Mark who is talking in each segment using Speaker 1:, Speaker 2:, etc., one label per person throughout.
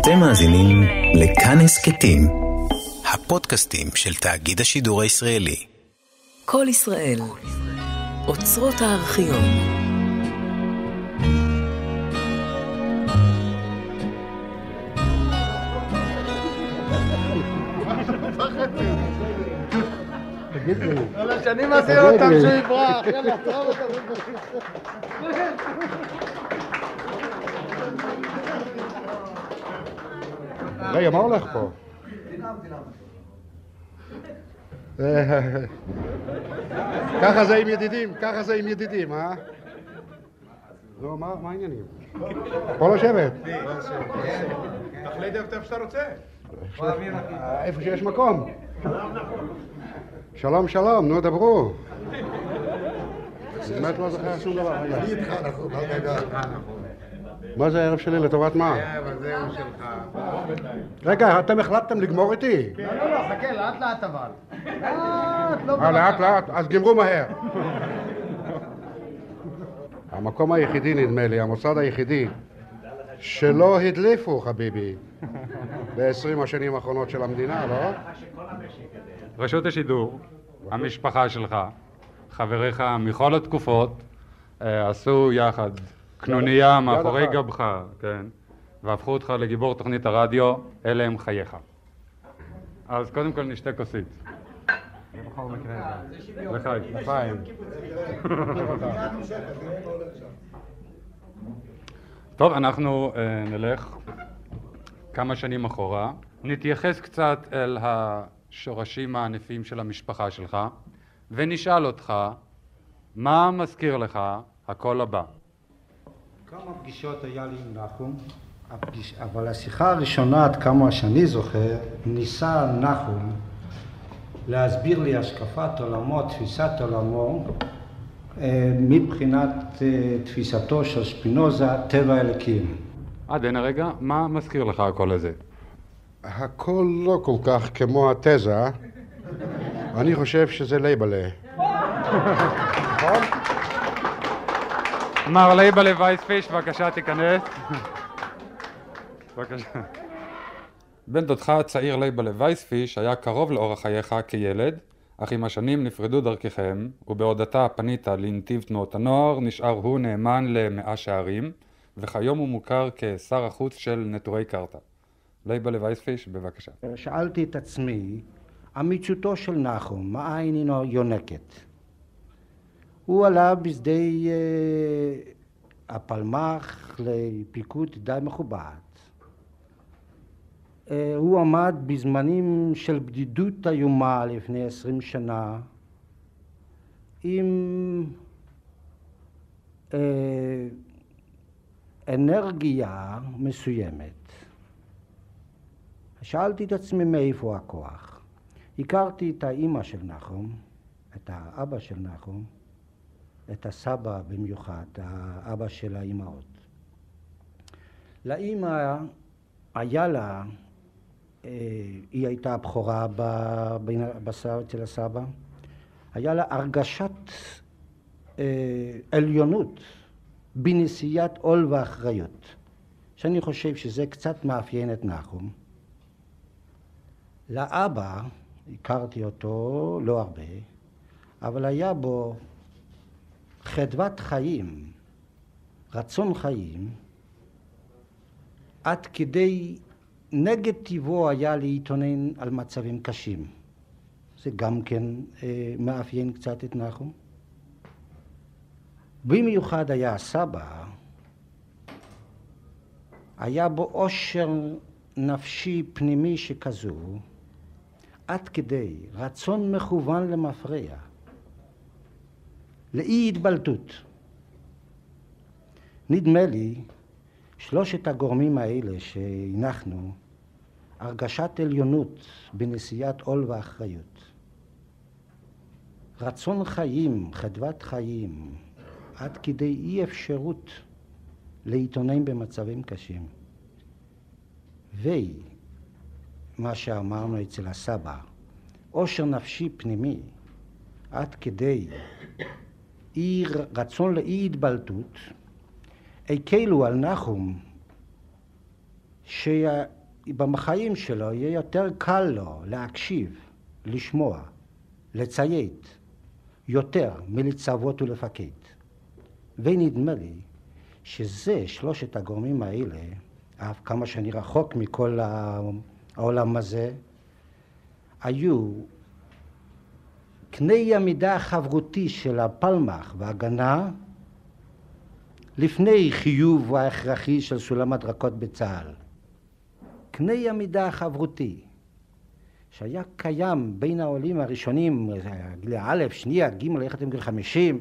Speaker 1: אתם מאזינים לכאן הסכתים, הפודקאסטים של תאגיד השידור הישראלי.
Speaker 2: כל ישראל, אוצרות הארכיון.
Speaker 3: כל השנים עשו אותם שהוא יברח.
Speaker 4: רגע, מה הולך פה? ככה זה עם ידידים, ככה זה עם ידידים, אה? לא, מה העניינים? פה לשבת.
Speaker 3: תחליט איפה שאתה רוצה.
Speaker 4: איפה שיש מקום. שלום, שלום, נו, דברו. באמת לא זוכר שום דבר.
Speaker 3: אני איתך, נכון, רגע.
Speaker 4: מה זה הערב שלי, לטובת מה?
Speaker 3: אבל זהו שלך.
Speaker 4: רגע, אתם החלטתם לגמור איתי?
Speaker 3: לא, חכה, לאט לאט אבל. לאט, לא
Speaker 4: לאט לאט, אז גמרו מהר. המקום היחידי נדמה לי, המוסד היחידי שלא הדליפו, חביבי, ב-20 השנים האחרונות של המדינה, לא?
Speaker 5: רשות השידור, המשפחה שלך, חבריך מכל התקופות, עשו יחד קנוניה מאחורי גבך, כן, והפכו אותך לגיבור תוכנית הרדיו, אלה הם חייך. אז קודם כל נשתה כוסית. בכל מקרה, לחיים.
Speaker 4: לחיים.
Speaker 5: טוב, אנחנו נלך כמה שנים אחורה, נתייחס קצת אל השורשים הענפים של המשפחה שלך, ונשאל אותך, מה מזכיר לך הקול הבא?
Speaker 6: כמה פגישות היה לי עם נחום, אבל השיחה הראשונה, עד כמה שאני זוכר, ניסה נחום להסביר לי השקפת עולמו, תפיסת עולמו, מבחינת תפיסתו של שפינוזה, טבע אלוקים.
Speaker 5: עד הנה רגע, מה מזכיר לך הקול הזה?
Speaker 4: הכל לא כל כך כמו התזה, אני חושב שזה לייבלה. נכון?
Speaker 5: מר לייבלה וייספיש, בבקשה תיכנס. בבקשה. בן דודך הצעיר לייבלה וייספיש היה קרוב לאורח חייך כילד, אך עם השנים נפרדו דרככם, ובעוד אתה פנית לנתיב תנועות הנוער, נשאר הוא נאמן למאה שערים, וכיום הוא מוכר כשר החוץ של נטורי קרתא. לייבלה וייספיש, בבקשה.
Speaker 6: שאלתי את עצמי, אמיצותו של נחום, מאין הינו יונקת? הוא עלה בשדה הפלמ"ח לפיקוד די מכובד. הוא עמד בזמנים של בדידות איומה לפני 20 שנה, עם אנרגיה מסוימת. שאלתי את עצמי מאיפה הכוח. הכרתי את האמא של נחום, את האבא של נחום, את הסבא במיוחד, האבא של האמהות. לאמא היה לה, היא הייתה הבכורה אצל הסבא, היה לה הרגשת עליונות בנשיאת עול ואחריות, שאני חושב שזה קצת מאפיין את נחום. לאבא, הכרתי אותו לא הרבה, אבל היה בו חדוות חיים, רצון חיים, עד כדי נגד טבעו היה להתאונן על מצבים קשים. זה גם כן מאפיין קצת את נחום. במיוחד היה הסבא, היה בו עושר נפשי פנימי שכזו, עד כדי רצון מכוון למפרע, לאי התבלטות. נדמה לי, שלושת הגורמים האלה שהנחנו, הרגשת עליונות בנשיאת עול ואחריות, רצון חיים, חדוות חיים, עד כדי אי אפשרות להתאונן במצבים קשים. ומה שאמרנו אצל הסבא, עושר נפשי פנימי, עד כדי רצון לאי התבלטות, הקלו על נחום בחיים שלו יהיה יותר קל לו להקשיב, לשמוע, לציית, יותר מלצוות ולפקד. ונדמה לי שזה שלושת הגורמים האלה, אף כמה שאני רחוק מכל העולם הזה, היו קנה המידה החברותי של הפלמ"ח וההגנה לפני חיוב ההכרחי של סולם הדרקות בצה"ל. קנה המידה החברותי שהיה קיים בין העולים הראשונים, גיל א', שנייה, ג', ללכת עם גיל 50,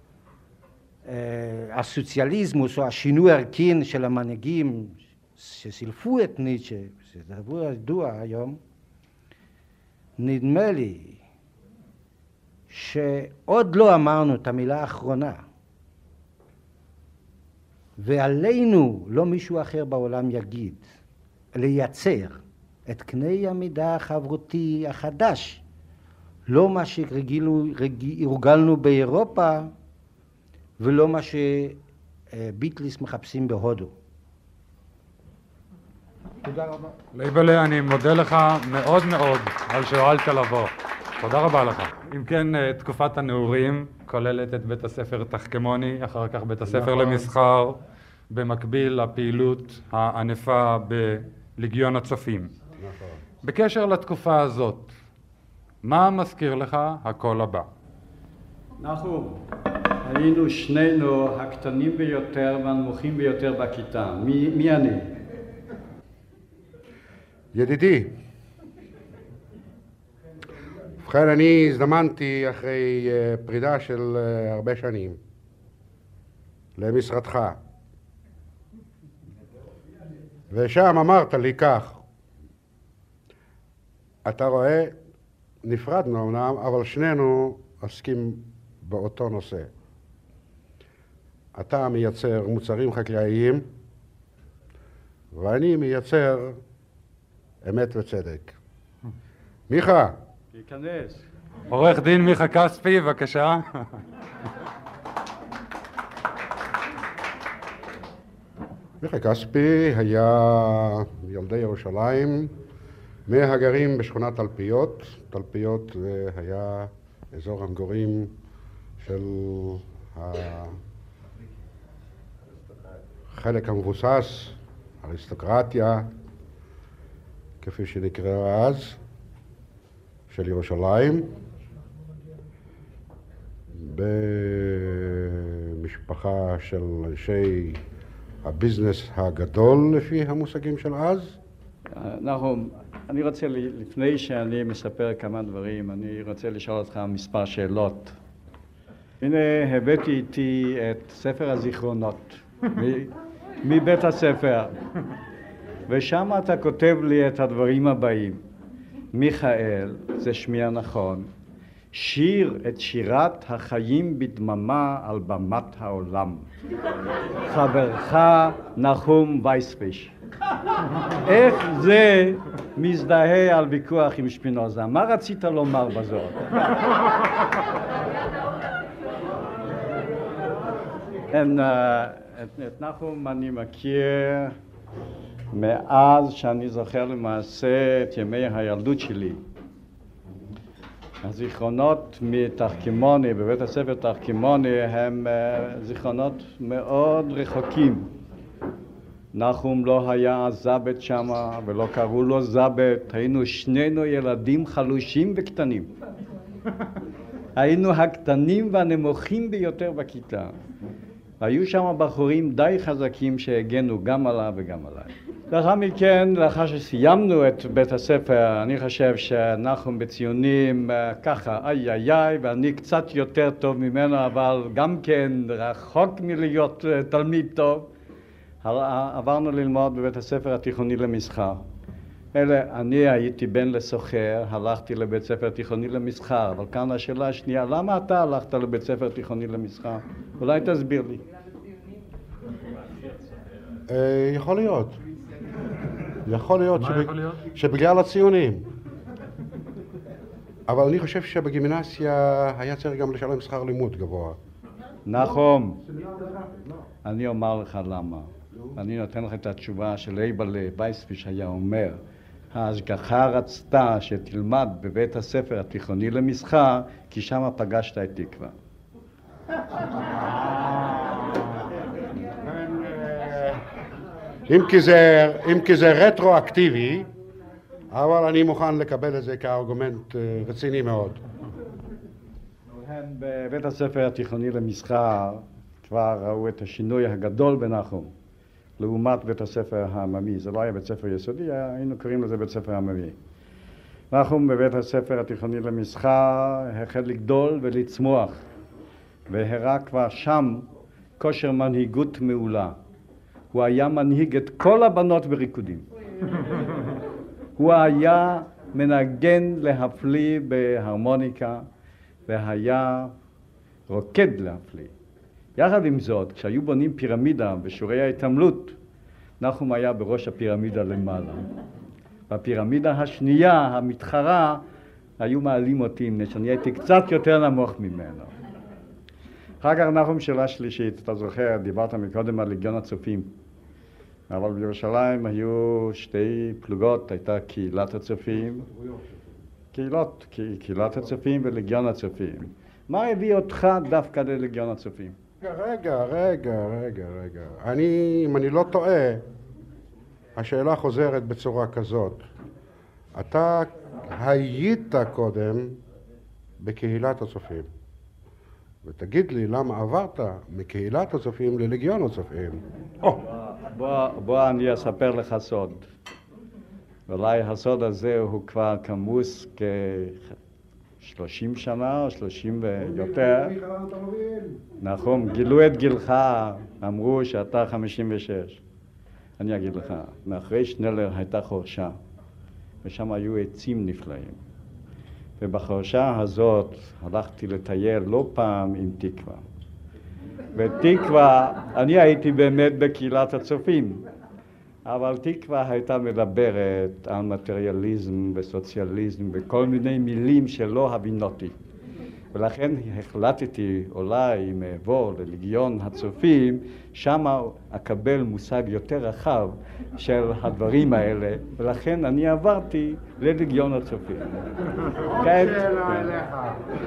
Speaker 6: הסוציאליזמוס או השינוי הערכי של המנהיגים שסילפו את ניטשה, שזה דבר ידוע היום, נדמה לי שעוד לא אמרנו את המילה האחרונה, ועלינו לא מישהו אחר בעולם יגיד, לייצר את קנה המידה החברותי החדש, לא מה שהורגלנו באירופה ולא מה שביטליס מחפשים בהודו. תודה רבה.
Speaker 5: לייבלה, אני מודה לך מאוד מאוד על שהואלת לבוא. תודה רבה לך. אם כן, תקופת הנעורים כוללת את בית הספר תחכמוני, אחר כך בית הספר למסחר, במקביל לפעילות הענפה בלגיון הצופים. בקשר לתקופה הזאת, מה מזכיר לך הקול הבא?
Speaker 7: אנחנו היינו שנינו הקטנים ביותר והנמוכים ביותר בכיתה. מי אני?
Speaker 4: ידידי, ובכן אני הזדמנתי אחרי פרידה של הרבה שנים למשרדך, ושם אמרת לי כך: אתה רואה, נפרדנו אמנם, אבל שנינו עוסקים באותו נושא. אתה מייצר מוצרים חקלאיים ואני מייצר אמת וצדק. מיכה,
Speaker 7: להיכנס.
Speaker 5: עורך דין מיכה כספי, בבקשה.
Speaker 4: מיכה כספי היה ילדי ירושלים, מהגרים בשכונת תלפיות. תלפיות זה היה אזור המגורים של החלק המבוסס, אריסטוקרטיה, כפי שנקרא אז, של ירושלים, במשפחה של אנשי הביזנס הגדול לפי המושגים של אז.
Speaker 7: אני רוצה, לפני שאני מספר כמה דברים, אני רוצה לשאול אותך מספר שאלות. הנה הבאתי איתי את ספר הזיכרונות מבית הספר, ושם אתה כותב לי את הדברים הבאים. מיכאל, זה שמי הנכון, שיר את שירת החיים בדממה על במת העולם. חברך נחום וייספיש. איך זה מזדהה על ויכוח עם שפינוזה? מה רצית לומר בזאת? את נחום אני מכיר מאז שאני זוכר למעשה את ימי הילדות שלי. הזיכרונות מתחכמוני, בבית הספר תחכמוני, הם זיכרונות מאוד רחוקים. נחום לא היה זבת שמה ולא קראו לו זבת, היינו שנינו ילדים חלושים וקטנים. היינו הקטנים והנמוכים ביותר בכיתה. היו שם בחורים די חזקים שהגנו גם עליו וגם עליי. לאחר מכן, לאחר שסיימנו את בית הספר, אני חושב שנחום בציונים ככה, איי, ואני קצת יותר טוב ממנו, אבל גם כן רחוק מלהיות תלמיד טוב. עברנו ללמוד בבית הספר התיכוני למסחר. אני הייתי בן לסוחר, הלכתי לבית ספר תיכוני למסחר, אבל כאן השאלה השנייה, למה אתה הלכת לבית ספר תיכוני למסחר? אולי תסביר לי.
Speaker 4: יכול להיות. יכול להיות שבגלל הציונים. אבל אני חושב שבגימנסיה היה צריך גם לשלם שכר לימוד גבוה.
Speaker 7: נחום, אני אומר לך למה. אני נותן לך את התשובה של אייבלה וייספיש היה אומר, ההשגחה רצתה שתלמד בבית הספר התיכוני למסחר, כי שם פגשת את תקווה.
Speaker 4: אם כי זה רטרואקטיבי, אבל אני מוכן לקבל את זה כארגומנט רציני מאוד.
Speaker 7: בבית הספר התיכוני למסחר כבר ראו את השינוי הגדול בנחום, לעומת בית הספר העממי. זה לא היה בית ספר יסודי, היינו קוראים לזה בית ספר עממי. נחום בבית הספר התיכוני למסחר החל לגדול ולצמוח, והראה כבר שם כושר מנהיגות מעולה. הוא היה מנהיג את כל הבנות בריקודים. הוא היה מנגן להפליא בהרמוניקה, והיה רוקד להפליא. יחד עם זאת, כשהיו בונים פירמידה בשיעורי ההתעמלות, נחום היה בראש הפירמידה למעלה. בפירמידה השנייה, המתחרה, היו מעלים אותי, שאני הייתי קצת יותר נמוך ממנו. אחר כך נחום שאלה שלישית, אתה זוכר, דיברת מקודם על לגיון הצופים. אבל בירושלים היו שתי פלוגות, הייתה קהילת הצופים, קהילת הצופים ולגיון הצופים. מה הביא אותך דווקא ללגיון הצופים?
Speaker 4: רגע. אם אני לא טועה, השאלה חוזרת בצורה כזאת. אתה היית קודם בקהילת הצופים, ותגיד לי למה עברת מקהילת הצופים ללגיון הצופים.
Speaker 7: בוא אני אספר לך סוד. ואולי הסוד הזה הוא כבר כמוס כ-30 שנה או 30 ויותר. נכון, גילו את גילך, אמרו שאתה 56. אני אגיד לך, מאחורי שנלר הייתה חורשה, ושם היו עצים נפלאים. ובחורשה הזאת הלכתי לטייל לא פעם עם תקווה. ותקווה, אני הייתי באמת בקהילת הצופים, אבל תקווה הייתה מדברת על מטריאליזם וסוציאליזם וכל מיני מילים שלא הבינותי. ולכן החלטתי אולי אם אעבור ללגיון הצופים, שמה אקבל מושג יותר רחב של הדברים האלה, ולכן אני עברתי ללגיון הצופים.
Speaker 4: שאלה אליך.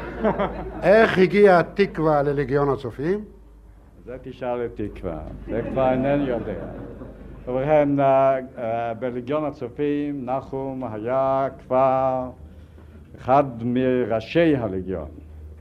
Speaker 4: איך הגיעה תקווה ללגיון הצופים?
Speaker 7: זה תשאל את תקווה, זה כבר אינני יודע. ובכן, בלגיון הצופים נחום היה כבר אחד מראשי הלגיון.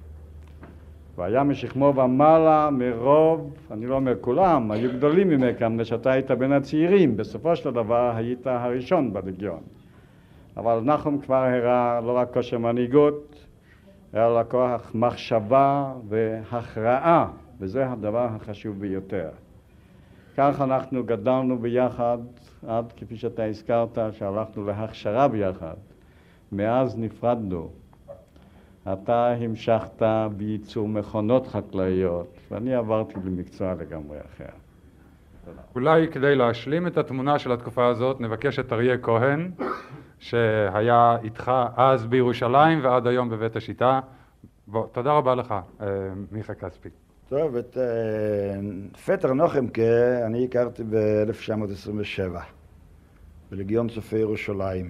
Speaker 7: והיה משכמו ומעלה מרוב, אני לא אומר כולם, היו גדולים ממך, שאתה היית בין הצעירים, בסופו של דבר היית הראשון בלגיון. אבל נחום כבר הראה לא רק כושר מנהיגות, אלא כוח מחשבה והכרעה, וזה הדבר החשוב ביותר. כך אנחנו גדלנו ביחד, עד כפי שאתה הזכרת, שהלכנו להכשרה ביחד. מאז נפרדנו. אתה המשכת בייצור מכונות חקלאיות, ואני עברתי למקצוע לגמרי אחר.
Speaker 5: אולי כדי להשלים את התמונה של התקופה הזאת, נבקש את אריה כהן, שהיה איתך אז בירושלים ועד היום בבית השיטה. תודה רבה לך, מיכה כספי.
Speaker 8: טוב, את פטר נוחמקה אני הכרתי ב-1927, בלגיון צופי ירושלים.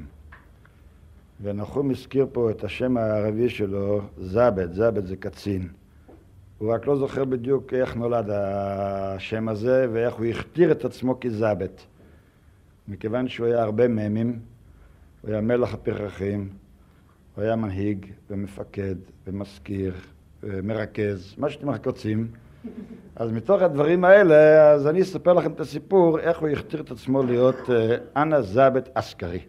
Speaker 8: ונחום הזכיר פה את השם הערבי שלו, זאבט. זאבט זה קצין. הוא רק לא זוכר בדיוק איך נולד השם הזה ואיך הוא הכתיר את עצמו כזאבט. מכיוון שהוא היה הרבה ממים, הוא היה מלך הפרחים, הוא היה מנהיג ומפקד ומזכיר ומרכז, מה שאתם רק רוצים. אז מתוך הדברים האלה, אז אני אספר לכם את הסיפור, איך הוא הכתיר את עצמו להיות אנה זאבט אסקרי.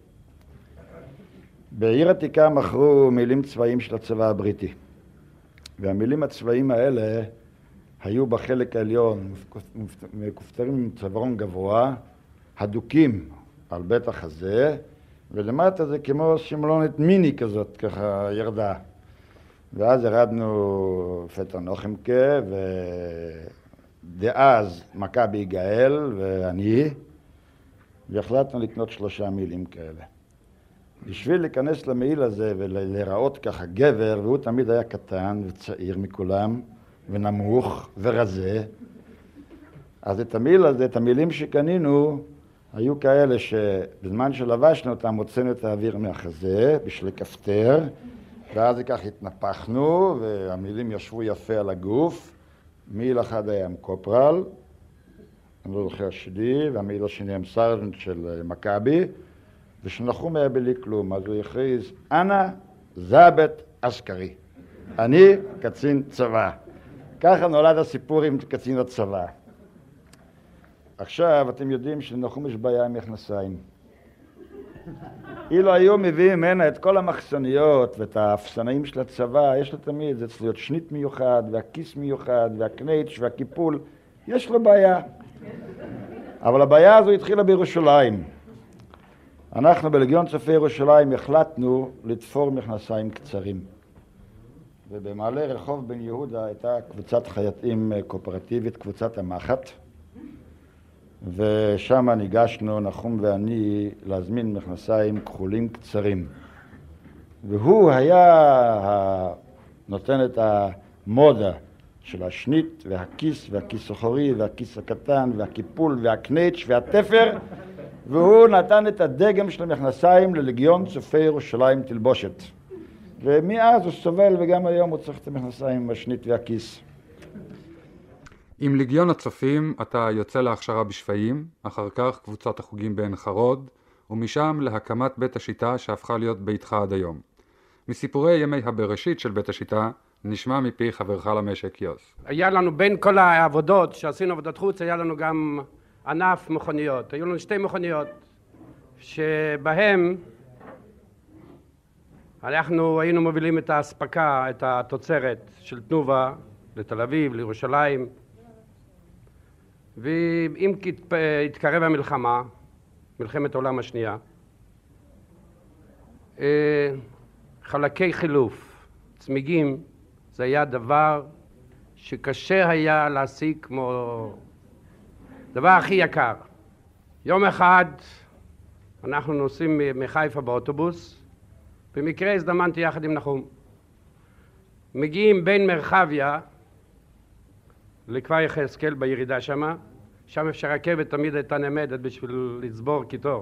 Speaker 8: בעיר עתיקה מכרו מילים צבאיים של הצבא הבריטי. והמילים הצבאיים האלה היו בחלק העליון, מכופתרים עם צווארון גבוה, הדוקים על בית החזה, ולמטה זה כמו שמלונת מיני כזאת, ככה ירדה. ואז ירדנו פטר נוחמקה, ודאז מכבי יגאל ואני, והחלטנו לקנות 3 מילים כאלה. בשביל להיכנס למעיל הזה ולראות ככה גבר, והוא תמיד היה קטן וצעיר מכולם, ונמוך ורזה, אז את המיל הזה, את המילים שקנינו, היו כאלה שבזמן שלבשנו אותם הוצאנו את האוויר מהחזה בשביל כפתר, ואז כך התנפחנו והמילים ישבו יפה על הגוף. מיל אחד היה עם קופרל, אני לא זוכר שלי, והמיל השני עם סרג'נט של מכבי, ושנחום היה בלי כלום, אז הוא הכריז, אנא זאבט אשכרי, אני קצין צבא. ככה נולד הסיפור עם קצין הצבא. עכשיו אתם יודעים שלנחום יש בעיה עם מכנסיים. אילו היו מביאים ממנה את כל המחסניות ואת האפסנאים של הצבא, יש לו תמיד, זה צריך להיות שנית מיוחד, והכיס מיוחד, והקנייץ' והקיפול, יש לו בעיה. אבל הבעיה הזו התחילה בירושלים. אנחנו בלגיון צופי ירושלים החלטנו לתפור מכנסיים קצרים. ובמעלה רחוב בן יהודה הייתה קבוצת חייטים קואופרטיבית, קבוצת המחט, ושם ניגשנו, נחום ואני, להזמין מכנסיים כחולים קצרים. והוא היה נותן את המודה של השנית והכיס והכיס האחורי והכיס הקטן והקיפול והקנייץ' והתפר, והוא נתן את הדגם של המכנסיים ללגיון צופי ירושלים תלבושת. ומאז הוא סובל, וגם היום הוא צריך את המכנסיים עם השנית והכיס.
Speaker 5: עם לגיון הצופים אתה יוצא להכשרה בשפיים, אחר כך קבוצת החוגים בעין חרוד, ומשם להקמת בית השיטה שהפכה להיות ביתך עד היום. מסיפורי ימי הבראשית של בית השיטה נשמע מפי חברך למשק יוס.
Speaker 9: היה לנו בין כל העבודות שעשינו עבודת חוץ, היה לנו גם ענף מכוניות. היו לנו 2 מכוניות שבהם אנחנו היינו מובילים את ההספקה, את התוצרת של תנובה לתל אביב, לירושלים. ואם התקרב המלחמה, מלחמת העולם השנייה, חלקי חילוף, צמיגים, זה היה דבר שקשה היה להשיג כמו דבר הכי יקר. יום אחד אנחנו נוסעים מחיפה באוטובוס, במקרה הזדמנתי יחד עם נחום. מגיעים בין מרחביה לכפר יחזקאל בירידה שמה, שם אפשר רכבת תמיד הייתה נעמדת בשביל לצבור קיטור.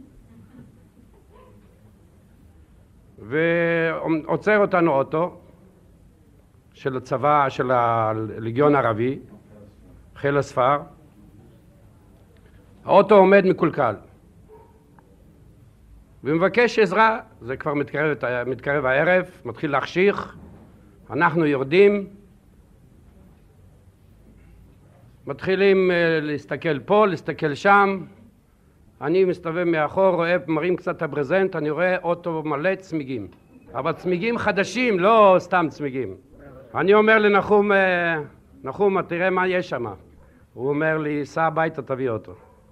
Speaker 9: ועוצר אותנו אוטו של הצבא, של הלגיון הערבי, חיל הספר. האוטו עומד מקולקל ומבקש עזרה. זה כבר מתקרב הערב, מתחיל להחשיך, אנחנו יורדים, מתחילים להסתכל פה, להסתכל שם. אני מסתובב מאחור, רואה, מראים קצת הברזנט, אני רואה אוטו מלא צמיגים, אבל צמיגים חדשים, לא סתם צמיגים. אני אומר לנחום, נחום, תראה מה יש שם. הוא אומר לי, סע הביתה, תביא אותו.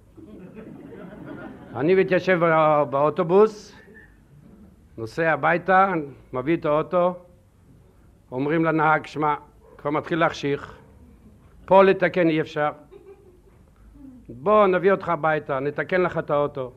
Speaker 9: אני מתיישב באוטובוס, נוסע הביתה, מביא את האוטו, אומרים לנהג, שמע, כבר מתחיל להחשיך, פה לתקן אי אפשר, בוא נביא אותך הביתה, נתקן לך את האוטו,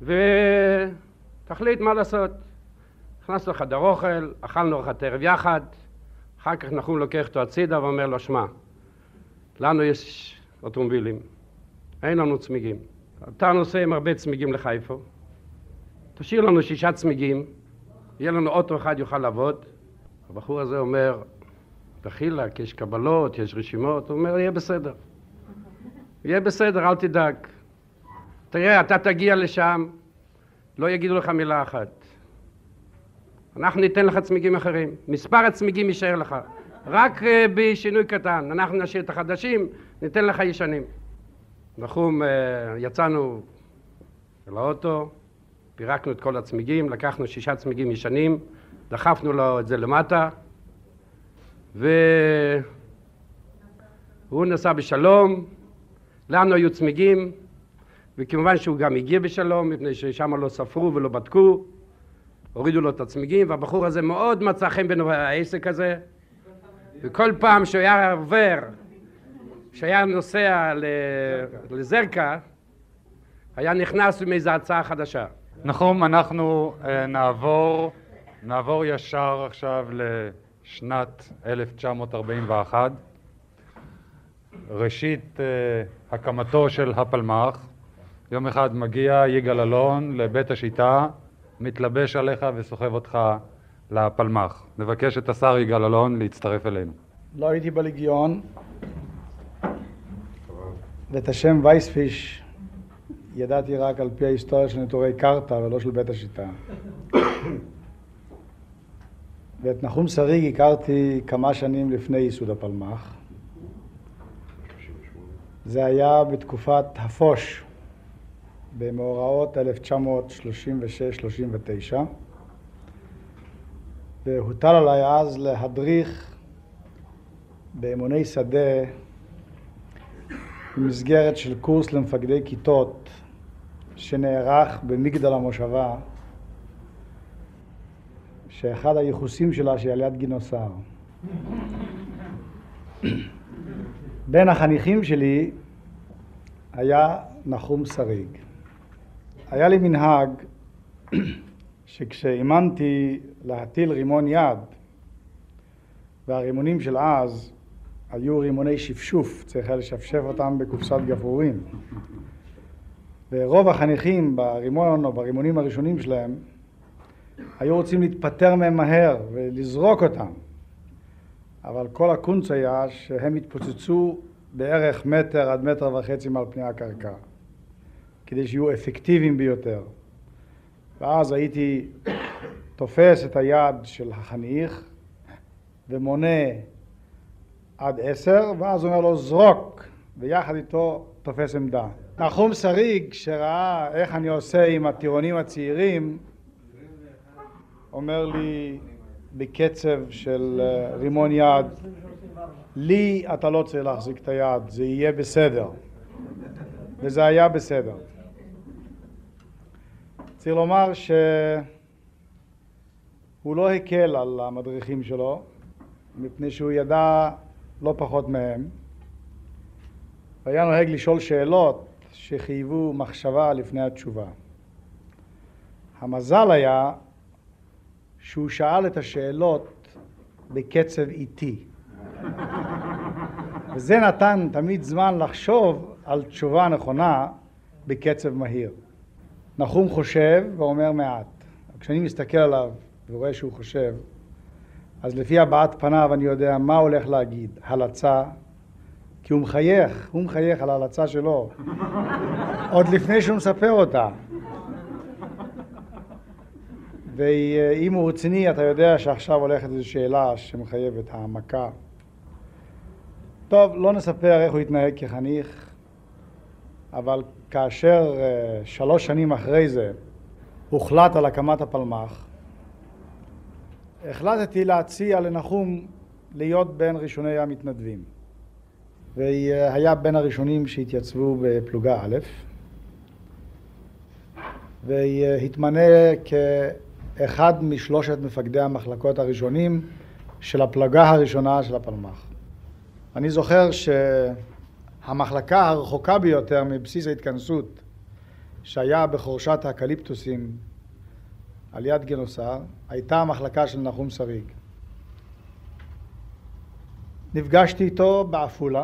Speaker 9: ותחליט מה לעשות. נכנסנו לחדר אוכל, אכלנו ארוחת ערב יחד, אחר כך נחום לוקח אותו הצידה ואומר לו, שמע, לנו יש אוטומובילים, אין לנו צמיגים. אתה נוסע עם הרבה צמיגים לחיפה, תשאיר לנו 6 צמיגים, יהיה לנו אוטו אחד יוכל לעבוד. הבחור הזה אומר, דחילק, יש קבלות, יש רשימות. הוא אומר, יהיה בסדר. יהיה בסדר, אל תדאג. תראה, אתה תגיע לשם, לא יגידו לך מילה אחת. אנחנו ניתן לך צמיגים אחרים. מספר הצמיגים יישאר לך. רק בשינוי קטן. אנחנו נשאיר את החדשים, ניתן לך ישנים. נחום, יצאנו אל האוטו, פירקנו את כל הצמיגים, לקחנו 6 צמיגים ישנים, דחפנו לו את זה למטה, והוא נסע בשלום. לנו היו צמיגים, וכמובן שהוא גם הגיע בשלום, מפני ששם לא ספרו ולא בדקו, הורידו לו את הצמיגים, והבחור הזה מאוד מצא חן בעיניו העסק הזה, וכל פעם שהוא היה עובר, כשהיה נוסע לזרקה, היה נכנס עם איזו הצעה חדשה.
Speaker 5: נחום, אנחנו נעבור ישר עכשיו לשנת 1941. ראשית הקמתו של הפלמ"ח. יום אחד מגיע יגאל אלון לבית השיטה, מתלבש עליך וסוחב אותך לפלמ"ח. נבקש את השר יגאל אלון להצטרף אלינו.
Speaker 10: לא הייתי בלגיון, ואת השם וייספיש ידעתי רק על פי ההיסטוריה של נטורי קרתא ולא של בית השיטה. ואת נחום שריג הכרתי כמה שנים לפני ייסוד הפלמ"ח. זה היה בתקופת הפוש, במאורעות 1936-39, והוטל עליי אז להדריך באימוני שדה במסגרת של קורס למפקדי כיתות שנערך במגדל המושבה, שאחד הייחוסים שלה שעל יד גינוסר. בין החניכים שלי היה נחום שריג. היה לי מנהג שכשאימנתי להטיל רימון יד, והרימונים של אז היו רימוני שפשוף, צריך היה לשפשף אותם בקופסת גפרורים. ורוב החניכים ברימון או ברימונים הראשונים שלהם היו רוצים להתפטר מהם מהר ולזרוק אותם. אבל כל הקונץ היה שהם התפוצצו בערך 1 עד 1.5 מטר מעל פני הקרקע, כדי שיהיו אפקטיביים ביותר. ואז הייתי תופס את היד של החניך ומונה עד 10, ואז אומר לו זרוק, ויחד איתו תופס עמדה. נחום שריג, שראה איך אני עושה עם הטירונים הצעירים, אומר לי בקצב של רימון יד, לי אתה לא צריך להחזיק את היד, זה יהיה בסדר. וזה היה בסדר. צריך לומר שהוא לא הקל על המדריכים שלו, מפני שהוא ידע לא פחות מהם. והיה נוהג לשאול שאלות שחייבו מחשבה לפני התשובה. המזל היה שהוא שאל את השאלות בקצב איטי. וזה נתן תמיד זמן לחשוב על תשובה נכונה בקצב מהיר. נחום חושב ואומר מעט. כשאני מסתכל עליו ורואה שהוא חושב, אז לפי הבעת פניו אני יודע מה הולך להגיד. הלצה, כי הוא מחייך על ההלצה שלו, עוד לפני שהוא מספר אותה. ואם הוא רציני, אתה יודע שעכשיו הולכת איזו שאלה שמחייבת העמקה. טוב, לא נספר איך הוא התנהג כחניך, אבל כאשר 3 שנים אחרי זה הוחלט על הקמת הפלמ"ח, החלטתי להציע לנחום להיות בין ראשוני המתנדבים. והיה בין הראשונים שהתייצבו בפלוגה א', והתמנה כאחד מ3 מפקדי המחלקות הראשונים של הפלוגה הראשונה של הפלמ"ח. אני זוכר שהמחלקה הרחוקה ביותר מבסיס ההתכנסות, שהיה בחורשת האקליפטוסים על יד גינוסר, הייתה המחלקה של נחום שריג. נפגשתי איתו בעפולה,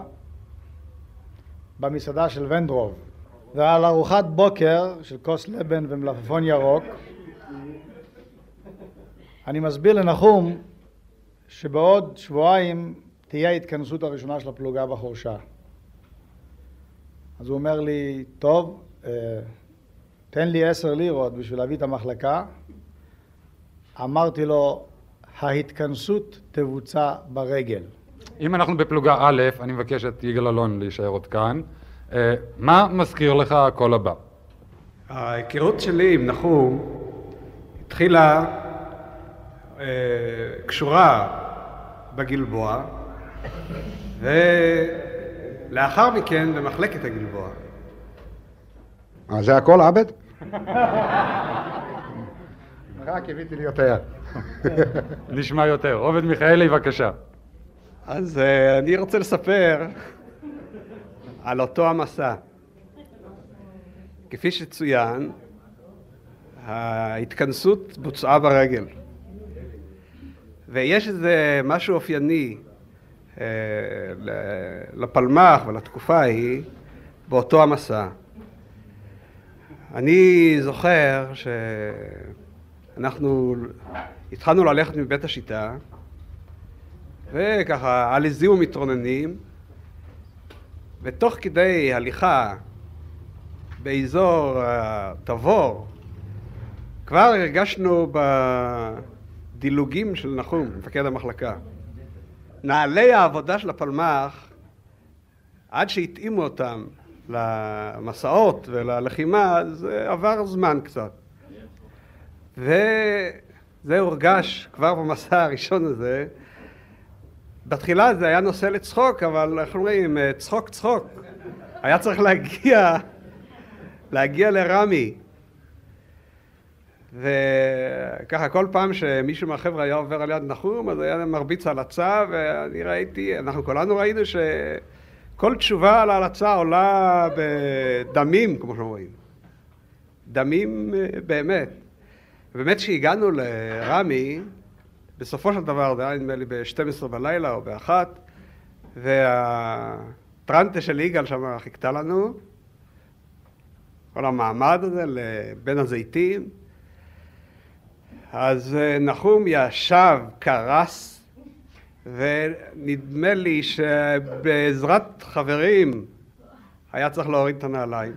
Speaker 10: במסעדה של ונדרוב, ועל ארוחת בוקר של כוס לבן ומלפפון ירוק, אני מסביר לנחום שבעוד 2 שבועות תהיה ההתכנסות הראשונה של הפלוגה בחורשה. אז הוא אומר לי, טוב, תן לי 10 לירות בשביל להביא את המחלקה. אמרתי לו, ההתכנסות תבוצע ברגל.
Speaker 5: אם אנחנו בפלוגה א', אני מבקש את יגאל אלון להישאר עוד כאן. מה מזכיר לך הקול הבא?
Speaker 9: ההיכרות שלי עם נחום התחילה קשורה בגלבוע, ולאחר מכן במחלקת הגלבוע.
Speaker 4: זה הכל עבד? רק הביתי לי יותר.
Speaker 5: נשמע יותר. עובד מיכאלי, בבקשה.
Speaker 9: אז אני רוצה לספר על אותו המסע. כפי שצוין, ההתכנסות בוצעה ברגל. ויש איזה משהו אופייני לפלמ"ח ולתקופה ההיא באותו המסע. אני זוכר שאנחנו התחלנו ללכת מבית השיטה, וככה על הזיעו מתרוננים, ותוך כדי הליכה באזור תבור, כבר הרגשנו בדילוגים של נחום, מפקד המחלקה. נעלי העבודה של הפלמ"ח, עד שהתאימו אותם למסעות וללחימה, זה עבר זמן קצת. וזה הורגש כבר במסע הראשון הזה. בתחילה זה היה נושא לצחוק, אבל אנחנו רואים, צחוק. היה צריך להגיע לרמי. וככה כל פעם שמישהו מהחבר'ה היה עובר על יד נחום, אז היה מרביץ הלצה, ואני ראיתי, אנחנו כולנו ראינו שכל תשובה על ההלצה עולה בדמים, כמו שאומרים. דמים באמת. באמת שהגענו לרמי, בסופו של דבר, זה היה נדמה לי ב-12 בלילה או ב-1, והטרנטה של יגאל שם חיכתה לנו, כל המעמד הזה בין הזיתים. אז נחום ישב, קרס, ונדמה לי שבעזרת חברים היה צריך להוריד את הנעליים.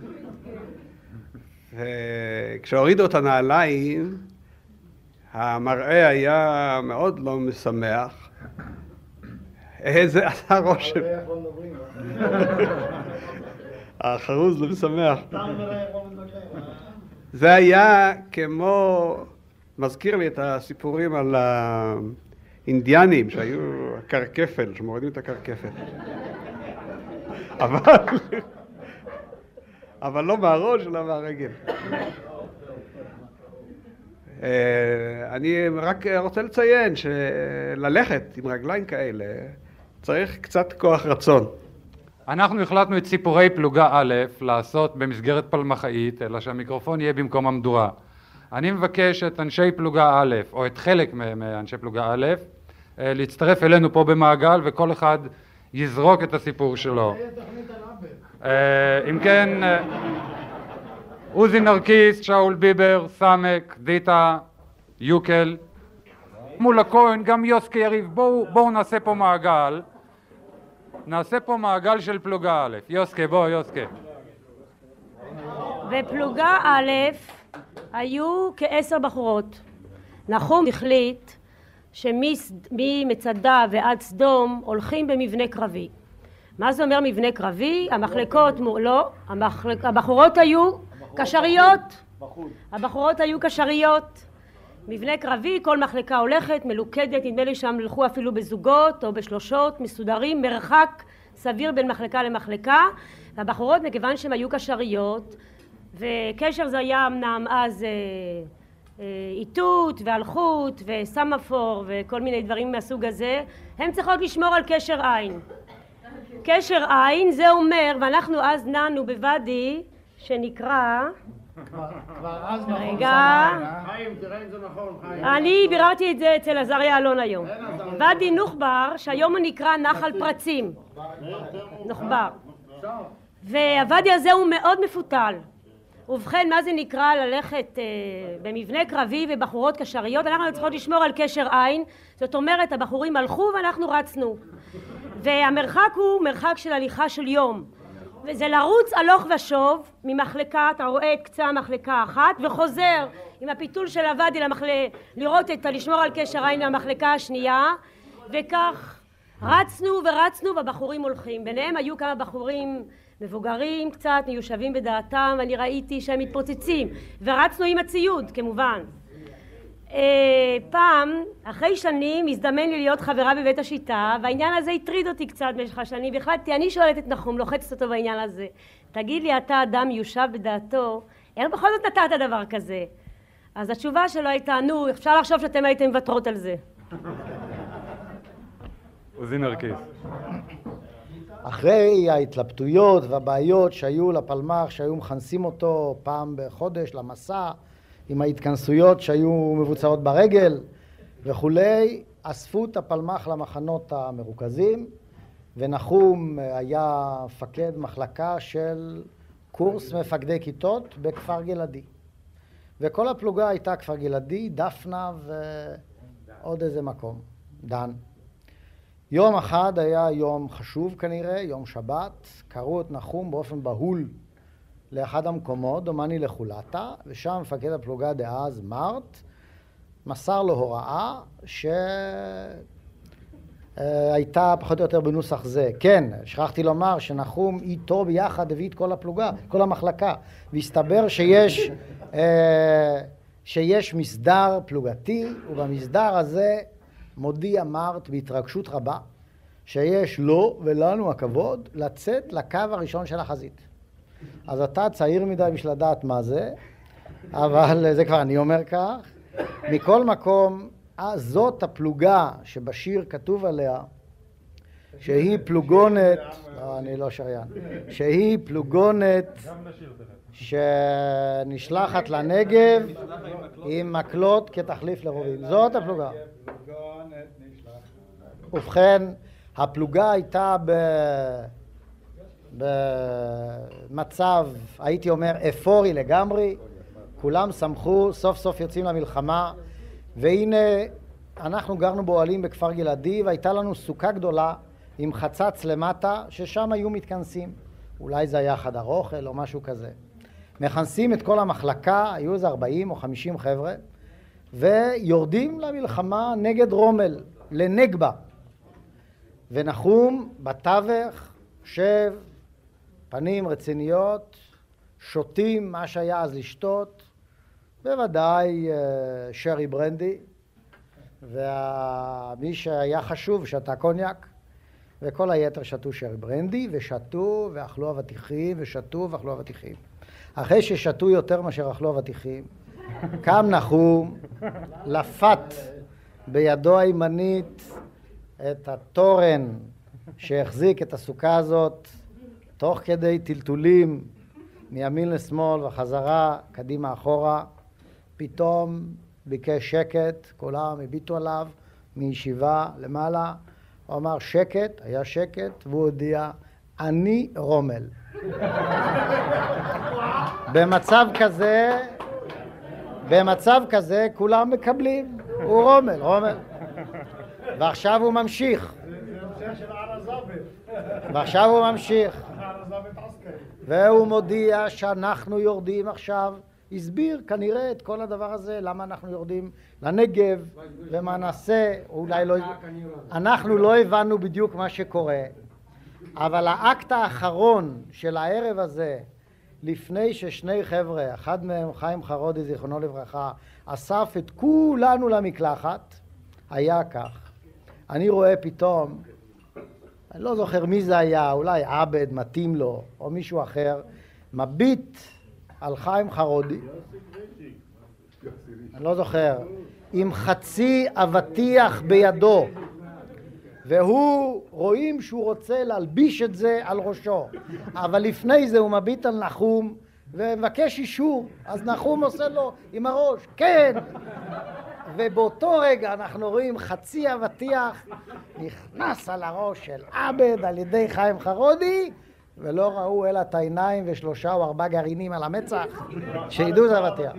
Speaker 9: וכשהורידו את הנעליים, המראה היה מאוד לא משמח. איזה עשה רושם. החרוז לא משמח. זה היה כמו, מזכיר לי את הסיפורים על האינדיאנים שהיו הקרקפל, שמורידים את הקרקפל. אבל לא מהראש, אלא מהרגל. אני רק רוצה לציין שללכת עם רגליים כאלה צריך קצת כוח רצון.
Speaker 5: אנחנו החלטנו את סיפורי פלוגה א' לעשות במסגרת פלמחאית, אלא שהמיקרופון יהיה במקום המדורה. אני מבקש את אנשי פלוגה א', או את חלק מאנשי פלוגה א', להצטרף אלינו פה במעגל, וכל אחד יזרוק את הסיפור שלו. אם כן, עוזי נרקיס, שאול ביבר, סמק, דיטה, יוקל, מול הכהן, גם יוסקי יריב. בואו נעשה פה מעגל. נעשה פה מעגל של פלוגה א'. יוסקי, בוא, יוסקי.
Speaker 11: בפלוגה א' היו כ10 בחורות. נחום החליט שממצדה ועד סדום הולכים במבנה קרבי. מה זה אומר מבנה קרבי? המחלקות, לא, הבחורות היו קשריות. הבחורות היו קשריות. מבנה קרבי, כל מחלקה הולכת, מלוכדת, נדמה לי שם הלכו אפילו בזוגות או בשלושות, מסודרים, מרחק סביר בין מחלקה למחלקה. והבחורות, מכיוון שהן היו קשריות, וקשר זה היה אמנם אז איתות והלכות וסמפור וכל מיני דברים מהסוג הזה, הן צריכות לשמור על קשר עין. קשר עין זה אומר, ואנחנו אז נענו בוואדי שנקרא,
Speaker 3: כבר אז נכון.
Speaker 11: רגע,
Speaker 3: חיים, תראה אם זה נכון, חיים.
Speaker 11: אני ביררתי את זה אצל עזריה אלון היום. ואדי נוחבר, שהיום הוא נקרא נחל פרצים. נוחבר. והוואדי הזה הוא מאוד מפותל. ובכן, מה זה נקרא ללכת במבנה קרבי ובחורות קשריות? אנחנו צריכות לשמור על קשר עין. זאת אומרת, הבחורים הלכו ואנחנו רצנו. והמרחק הוא מרחק של הליכה של יום. וזה לרוץ הלוך ושוב ממחלקה, אתה רואה את קצה המחלקה אחת, וחוזר עם הפיתול של הוואדי לראות לשמור על קשר עין מהמחלקה השנייה, וכך רצנו ורצנו והבחורים הולכים. ביניהם היו כמה בחורים מבוגרים קצת, מיושבים בדעתם, ואני ראיתי שהם מתפוצצים, ורצנו עם הציוד כמובן. פעם, אחרי שנים, הזדמן לי להיות חברה בבית השיטה, והעניין הזה הטריד אותי קצת במשך השנים, והחלטתי, אני שואלת את נחום, לוחצת אותו בעניין הזה, תגיד לי, אתה אדם מיושב בדעתו, איך בכל זאת נתת דבר כזה? אז התשובה שלו הייתה, נו, אפשר לחשוב שאתם הייתם מוותרות על זה.
Speaker 5: עוזי נרקיס.
Speaker 12: אחרי ההתלבטויות והבעיות שהיו לפלמ"ח, שהיו מכנסים אותו פעם בחודש למסע, עם ההתכנסויות שהיו מבוצעות ברגל וכולי, אספו את הפלמ"ח למחנות המרוכזים, ונחום היה מפקד מחלקה של קורס מפקדי כיתות בכפר גלעדי. וכל הפלוגה הייתה כפר גלעדי, דפנה ועוד איזה מקום, דן. יום אחד היה יום חשוב כנראה, יום שבת, קראו את נחום באופן בהול לאחד המקומות, דומני לחולתה, ושם מפקד הפלוגה דאז, מרט, מסר לו הוראה שהייתה פחות או יותר בנוסח זה. כן, שכחתי לומר שנחום איתו ביחד הביא את כל הפלוגה, כל המחלקה, והסתבר שיש מסדר פלוגתי, ובמסדר הזה מודיע מרט בהתרגשות רבה שיש לו ולנו הכבוד לצאת לקו הראשון של החזית. אז אתה צעיר מדי בשביל לדעת מה זה, אבל זה כבר אני אומר כך. מכל מקום, זאת הפלוגה שבשיר כתוב עליה שהיא פלוגונת, לא, אני לא שריין, שהיא פלוגונת שנשלחת לנגב עם מקלות כתחליף לרובים. זאת הפלוגה. ובכן, הפלוגה הייתה במצב, הייתי אומר, אפורי לגמרי. כולם שמחו, סוף סוף יוצאים למלחמה, והנה אנחנו גרנו באוהלים בכפר גלעדי, והייתה לנו סוכה גדולה עם חצץ למטה, ששם היו מתכנסים. אולי זה היה חדר אוכל או משהו כזה. מכנסים את כל המחלקה, היו איזה 40 או 50 חבר'ה, ויורדים למלחמה נגד רומל, לנגבה. ונחום בתווך, שב, פנים רציניות, שותים מה שהיה אז לשתות, בוודאי שרי ברנדי, ומי שהיה חשוב שתה קוניאק, וכל היתר שתו שרי ברנדי, ושתו ואכלו אבטיחים, ושתו ואכלו אבטיחים. אחרי ששתו יותר מאשר אכלו אבטיחים, קם נחום, לפת בידו הימנית את התורן שהחזיק את הסוכה הזאת, תוך כדי טלטולים מימין לשמאל וחזרה קדימה אחורה. פתאום ביקש שקט, כולם הביטו עליו מישיבה למעלה. הוא אמר שקט, היה שקט, והוא הודיע, אני רומל. במצב כזה כולם מקבלים, הוא רומל, רומל. ועכשיו הוא ממשיך. ועכשיו הוא ממשיך. והוא מודיע שאנחנו יורדים עכשיו, הסביר כנראה את כל הדבר הזה, למה אנחנו יורדים לנגב ומה נעשה, אולי לא, אנחנו לא הבנו בדיוק מה שקורה, אבל האקט האחרון של הערב הזה, לפני ששני חבר'ה, אחד מהם חיים חרודי זיכרונו לברכה, אסף את כולנו למקלחת, היה כך. אני רואה פתאום, אני לא זוכר מי זה היה, אולי עבד מתאים לו, או מישהו אחר, מביט על חיים חרודי, אני לא זוכר, עם חצי אבטיח בידו, והוא רואים שהוא רוצה להלביש את זה על ראשו, אבל לפני זה הוא מביט על נחום ומבקש אישור, אז נחום עושה לו עם הראש, כן, ובאותו רגע אנחנו רואים חצי אבטיח נכנס על הראש של עבד על ידי חיים חרודי, ולא ראו אלא את העיניים ושלושה או ארבעה גרעינים על המצח שידעו זה אבטיח.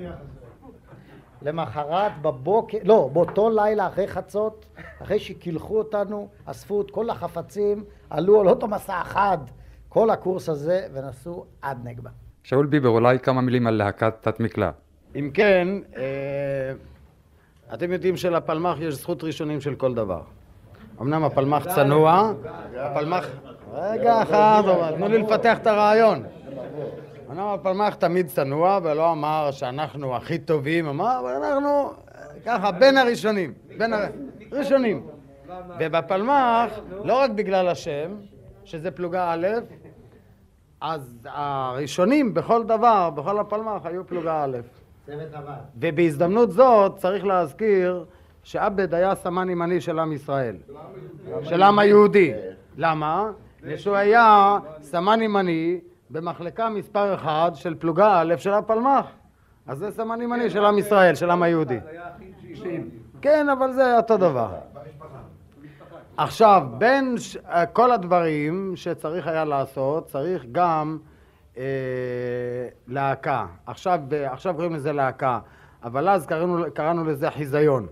Speaker 12: למחרת בבוקר, לא, באותו לילה אחרי חצות, אחרי שקילחו אותנו, אספו את כל החפצים, עלו על אותו מסע אחד, כל הקורס הזה, ונסעו עד נגבה.
Speaker 5: שאול ביבר, אולי כמה מילים על להקת תת מקלע.
Speaker 13: אם כן, אתם יודעים שלפלמ"ח יש זכות ראשונים של כל דבר. אמנם הפלמ"ח צנוע, הפלמ"ח... רגע אחד, תנו לי לפתח את הרעיון. אמנם הפלמ"ח תמיד צנוע ולא אמר שאנחנו הכי טובים, אמר, אבל אנחנו ככה בין הראשונים, בין הראשונים. ובפלמ"ח, לא רק בגלל השם, שזה פלוגה א', אז הראשונים בכל דבר, בכל הפלמ"ח היו פלוגה א'. ובהזדמנות זאת צריך להזכיר שעבד היה סמן ימני של עם ישראל, של עם היהודי. למה? שהוא היה סמן ימני במחלקה מספר 1 של פלוגה א' של הפלמ"ח. אז זה סמן ימני של עם ישראל, של עם היהודי. כן, אבל זה אותו דבר. עכשיו, בין כל הדברים שצריך היה לעשות, צריך גם להקה. עכשיו קוראים לזה להקה, אבל אז קראנו לזה חיזיון.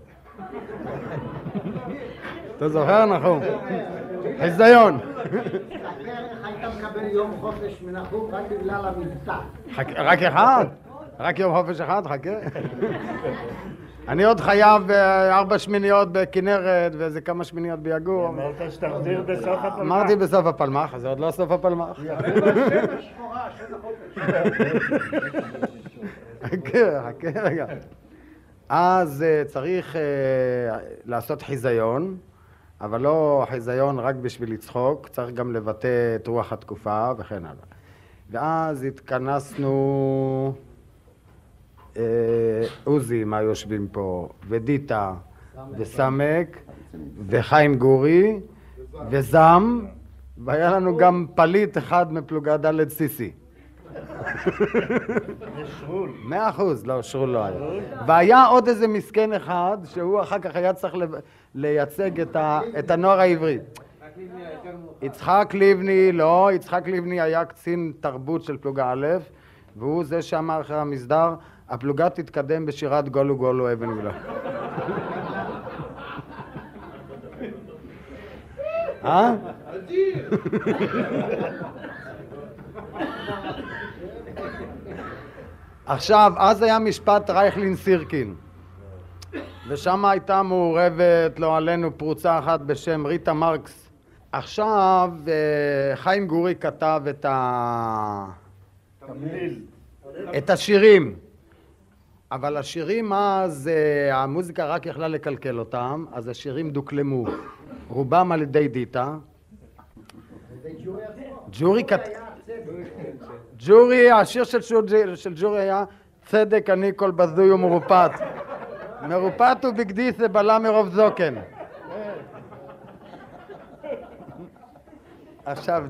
Speaker 13: אתה זוכר, נחום? חיזיון.
Speaker 12: איך היית מקבל יום חופש מנחום רק בגלל המבטא?
Speaker 13: רק אחד? רק יום חופש אחד? חכה. אני עוד חייב 4 שמיניות בכנרת ואיזה כמה שמיניות ביגור.
Speaker 14: אמרת שתחזיר בסוף הפלמ"ח.
Speaker 13: אמרתי בסוף הפלמ"ח, זה עוד לא סוף הפלמ"ח. חכה רגע. אז צריך לעשות חיזיון, אבל לא חיזיון רק בשביל לצחוק, צריך גם לבטא את רוח התקופה וכן הלאה. ואז התכנסנו עוזי, מה יושבים פה, ודיטה, וסמק, וחיים גורי, וזם, והיה לנו גם פליט אחד מפלוגה ד' סיסי. 100%, לא, שרול לא היה. והיה עוד איזה מסכן אחד, שהוא אחר כך היה צריך לייצג את הנוער העברי. יצחק לבני, לא, יצחק לבני היה קצין תרבות של פלוגה א', והוא זה שאמר אחרי המסדר, הפלוגה תתקדם בשירת גולו גולו אבן גולו.
Speaker 14: אדיר!
Speaker 13: עכשיו, אז היה משפט רייכלין סירקין, ושם הייתה מעורבת, לא עלינו, פרוצה אחת בשם ריטה מרקס. עכשיו, חיים גורי כתב את השירים, אבל השירים אז, המוזיקה רק יכלה לקלקל אותם, אז השירים דוקלמו, רובם על ידי דיטה. ג'ורי, השיר של ג'ורי היה צדק אני כל בזוי ומרופט. מרופט ובגדי זה בלה מרוב זוקן. עכשיו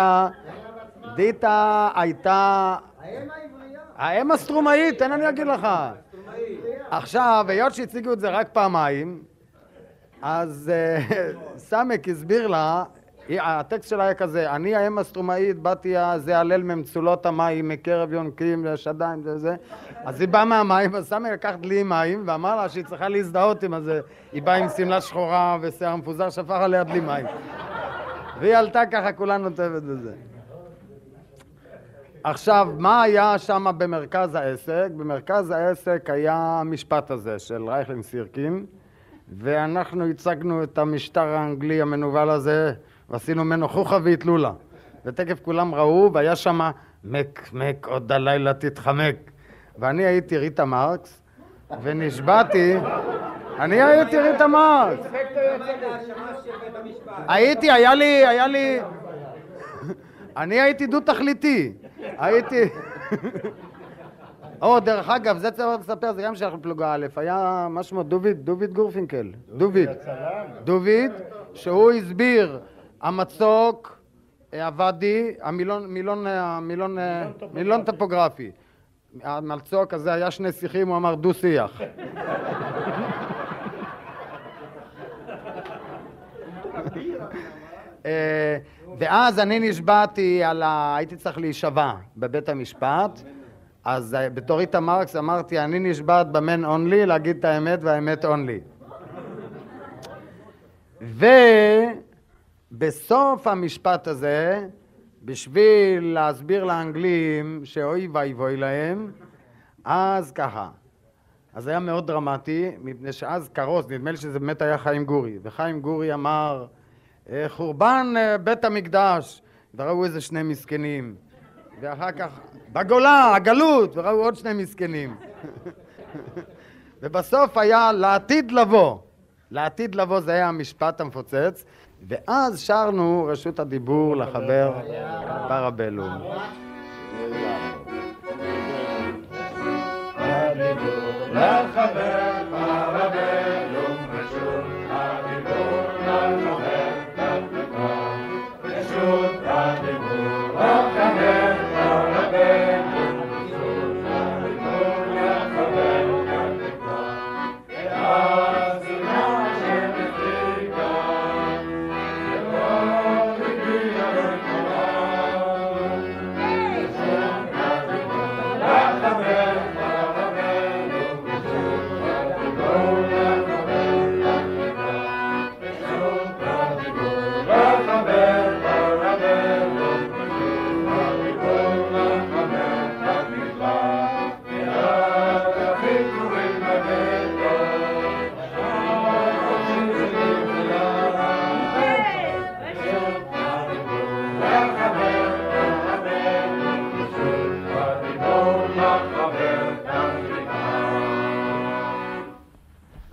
Speaker 13: דיטה הייתה האם הסטרומאית, תן אני אגיד לך. עכשיו, היות שהציגו את זה רק פעמיים, אז סמק הסביר לה, הטקסט שלה היה כזה, אני האם הסטרומאית, באתי זה הלל ממצולות המים, מקרב יונקים ושדיים וזה, אז היא באה מהמים, אז סמק לקח דלי מים, ואמר לה שהיא צריכה להזדהות עם זה, היא באה עם סמלה שחורה ושיער מפוזר, שפך עליה דלי מים. והיא עלתה ככה, כולה נוטבת בזה. עכשיו, מה היה שם במרכז העסק? במרכז העסק היה המשפט הזה של רייכלין סירקין, ואנחנו הצגנו את המשטר האנגלי המנוול הזה, ועשינו ממנו חוכה והתלולה. ותקף כולם ראו, והיה שם מק, עוד הלילה תתחמק. ואני הייתי ריטה מרקס, ונשבעתי, אני הייתי ריטה מרקס. היה לי... אני הייתי דו תכליתי. הייתי... דרך אגב, זה צריך לספר, זה גם שייך לפלוגה א', היה משהו דוד גורפינקל. דוד, שהוא הסביר המצוק, הוואדי, המילון טופוגרפי. המצוק הזה היה 2 שיחים, הוא אמר דו שיח. ואז אני נשבעתי הייתי צריך להישבע בבית המשפט, אז בתור ריטה מרקס אמרתי, אני נשבעת במן אונלי, להגיד את האמת והאמת אונלי. ובסוף המשפט הזה, בשביל להסביר לאנגלים שאוי ואבוי להם, אז ככה. אז היה מאוד דרמטי, מפני שאז קרוס, נדמה לי שזה באמת היה חיים גורי, וחיים גורי אמר, חורבן בית המקדש, וראו איזה 2 מסכנים, ואחר כך בגולה, הגלות, וראו עוד 2 מסכנים. ובסוף היה לעתיד לבוא. לעתיד לבוא זה היה המשפט המפוצץ, ואז שרנו רשות הדיבור לחבר פרבלום.
Speaker 14: לחבר פרבלום, רשות הדיבור לחבר רשות הדיבור לחבר פרבלום, רשות הדיבור לחבר והשנאה שמחיקה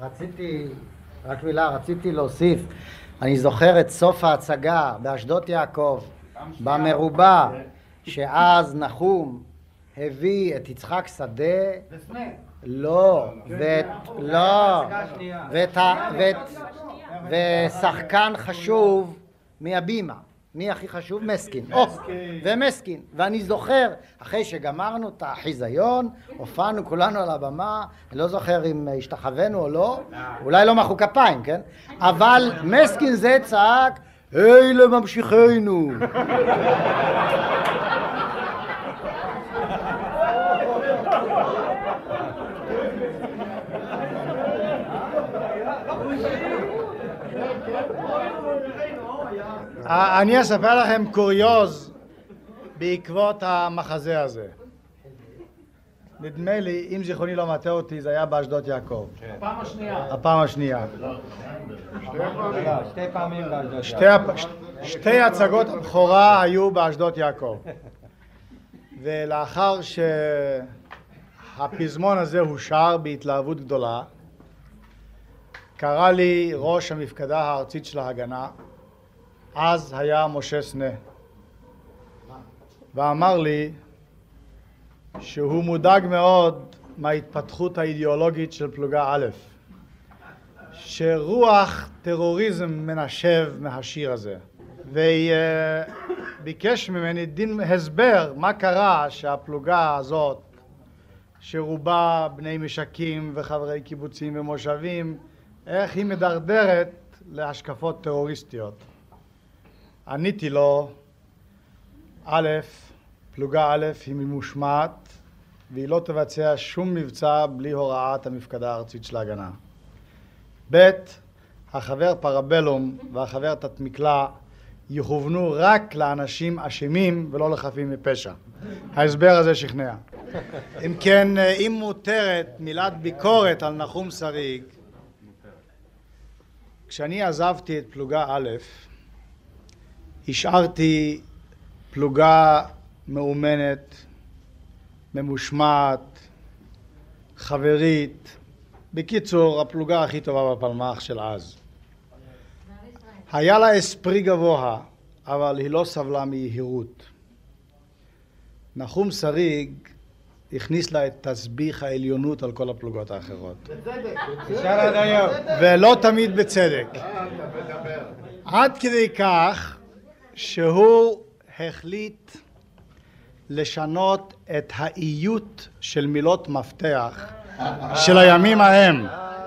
Speaker 12: רציתי להוסיף. אני זוכר את סוף ההצגה באשדות יעקב, במרובע, שאז נחום הביא את יצחק שדה, ושחקן חשוב מהבימה. מי הכי חשוב? מסקין. ומסקין. ואני זוכר, אחרי שגמרנו את החיזיון, הופענו כולנו על הבמה, אני לא זוכר אם השתחווינו או לא, אולי לא מחאו כפיים, כן? אבל מסקין זה צעק, אלה ממשיכנו.
Speaker 10: אני אספר לכם קוריוז בעקבות המחזה הזה. נדמה לי, אם זיכרוני לא מטעה אותי, זה היה באשדות יעקב. הפעם השנייה.
Speaker 12: שתי פעמים באשדות יעקב.
Speaker 10: שתי הצגות הבכורה היו באשדות יעקב. ולאחר שהפזמון הזה הושר בהתלהבות גדולה, קרא לי ראש המפקדה הארצית של ההגנה, אז היה משה סנה, ואמר לי שהוא מודאג מאוד מההתפתחות האידיאולוגית של פלוגה א', שרוח טרוריזם מנשב מהשיר הזה, וביקש ממני דין הסבר מה קרה שהפלוגה הזאת, שרובה בני משקים וחברי קיבוצים ומושבים, איך היא מדרדרת להשקפות טרוריסטיות. עניתי לו, א', פלוגה א' היא ממושמעת והיא לא תבצע שום מבצע בלי הוראת המפקדה הארצית של ההגנה. ב', החבר פרבלום והחבר תת-מקלע יכוונו רק לאנשים אשמים ולא לחפים מפשע. ההסבר הזה שכנע. אם כן, אם מותרת מילת ביקורת על נחום שריג, כשאני עזבתי את פלוגה א', השארתי פלוגה מאומנת, ממושמעת, חברית, בקיצור, הפלוגה הכי טובה בפלמ"ח של אז. היה לה אספרי גבוה, אבל היא לא סבלה מיהירות. נחום שריג הכניס לה את תסביך העליונות על כל הפלוגות האחרות. ולא תמיד בצדק. עד כדי כך שהוא החליט לשנות את האיות של מילות מפתח של הימים ההם.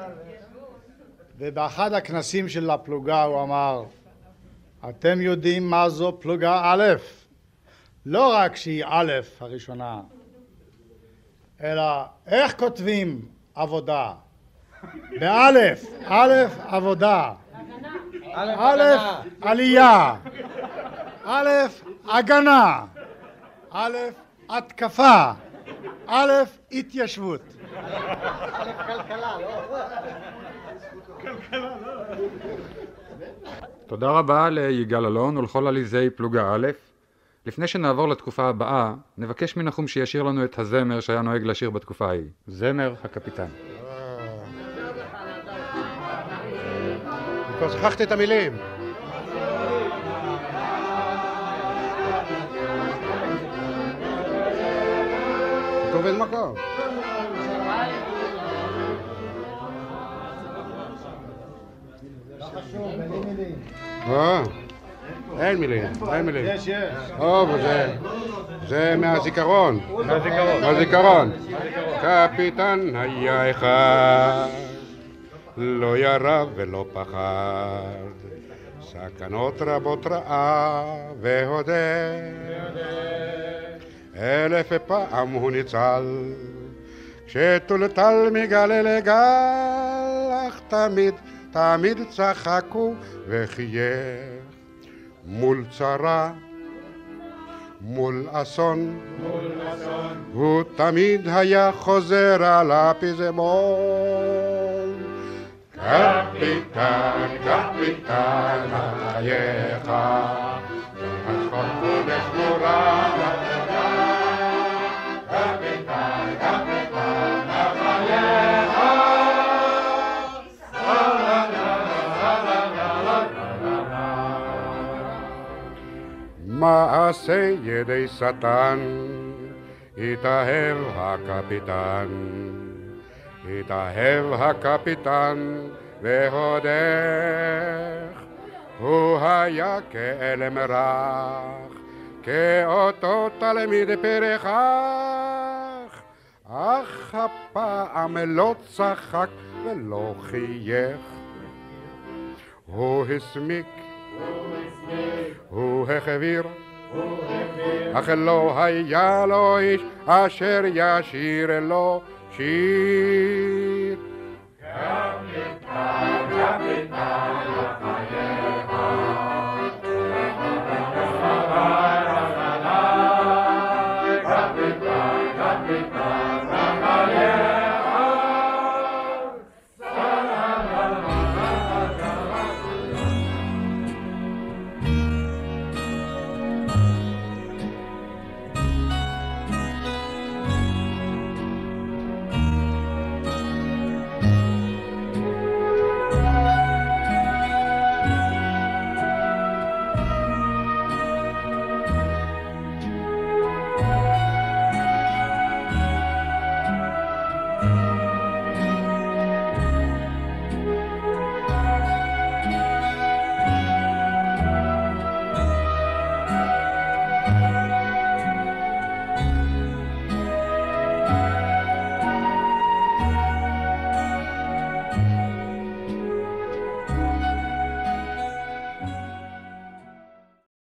Speaker 10: ובאחד הכנסים של הפלוגה הוא אמר, אתם יודעים מה זו פלוגה א', לא רק שהיא א' הראשונה, אלא איך כותבים עבודה? באלף, א' עבודה, א' עלייה, א' הגנה, א' התקפה, א' התיישבות.
Speaker 5: תודה רבה ליגאל אלון ולכל עליזי פלוגה א'. לפני שנעבור לתקופה הבאה, נבקש מנחום שישיר לנו את הזמר שהיה נוהג לשיר בתקופה ההיא. זמר הקפיטן.
Speaker 4: כבר שכחתי את המילים. טוב אין מקום. אין מילים, אין מילים.
Speaker 10: יש.
Speaker 4: טוב, זה מהזיכרון. מהזיכרון. קפיטן היה אחד, לא ירא ולא פחד, סכנות רבות ראה והודה, 1000 פעם הוא ניצל, כשטולטל מגל אל גל, אך תמיד צחקו וחייך, מול צרה, מול אסון, הוא תמיד היה חוזר על הפזמון. קפיטן, קפיטן, חייך, השחור חודש נורא לחייך. קפיטן, קפיטן, חייך, מעשה ידי שטן, התאהב הקפיטן, התאהב הקפיטן והודך, הוא היה כאלם רך, כאותו תלמיד פרחח, אך הפעם לא צחק ולא חייך. הוא הסמיק, הוא החביר, אך לא היה לו איש אשר ישיר לו שיר.